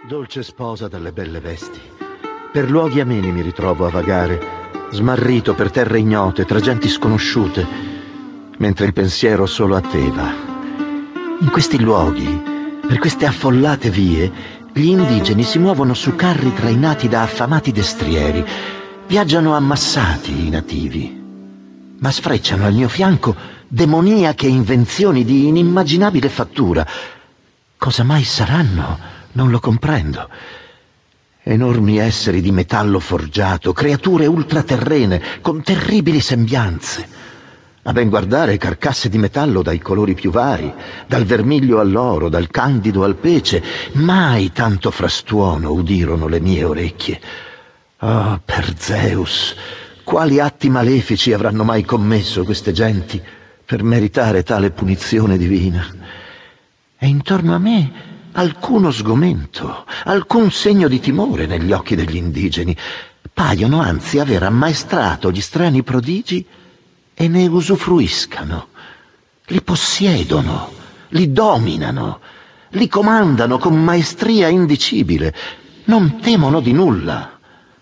Dolce sposa dalle belle vesti, per luoghi ameni mi ritrovo a vagare, smarrito per terre ignote, tra genti sconosciute, mentre il pensiero solo a te va. In questi luoghi, per queste affollate vie, gli indigeni si muovono su carri trainati da affamati destrieri, viaggiano ammassati i nativi, ma sfrecciano al mio fianco demoniache invenzioni di inimmaginabile fattura. Cosa mai saranno? Non lo comprendo. Enormi esseri di metallo forgiato, creature ultraterrene, con terribili sembianze. A ben guardare, carcasse di metallo dai colori più vari, dal vermiglio all'oro, dal candido al pece. Mai tanto frastuono udirono le mie orecchie. Oh, per Zeus, quali atti malefici avranno mai commesso queste genti per meritare tale punizione divina? E intorno a me alcuno sgomento, alcun segno di timore negli occhi degli indigeni. Paiono anzi aver ammaestrato gli strani prodigi e ne usufruiscano. Li possiedono, li dominano, li comandano con maestria indicibile. Non temono di nulla.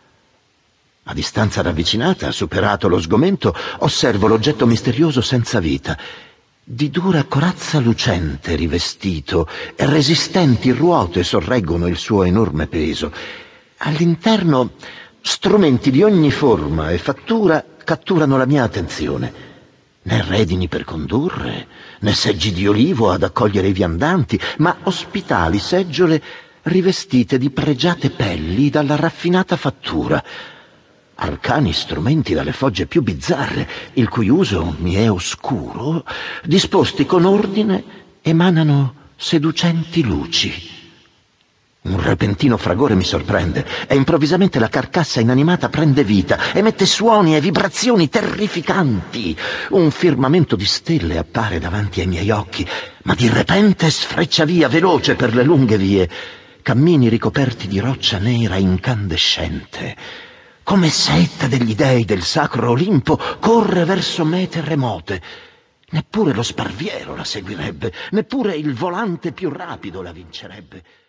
A distanza ravvicinata, superato lo sgomento, osservo l'oggetto misterioso senza vita, di dura corazza lucente rivestito, e resistenti ruote sorreggono il suo enorme peso. All'interno strumenti di ogni forma e fattura catturano la mia attenzione. Né redini per condurre, né seggi di olivo ad accogliere i viandanti, ma ospitali seggiole rivestite di pregiate pelli dalla raffinata fattura. Arcani strumenti dalle fogge più bizzarre, il cui uso mi è oscuro, disposti con ordine, emanano seducenti luci. Un repentino fragore mi sorprende e improvvisamente la carcassa inanimata prende vita, emette suoni e vibrazioni terrificanti. Un firmamento di stelle appare davanti ai miei occhi, ma di repente sfreccia via veloce per le lunghe vie, cammini ricoperti di roccia nera incandescente. Come setta degli dei del sacro Olimpo corre verso mete remote. Neppure lo sparviero la seguirebbe, neppure il volante più rapido la vincerebbe.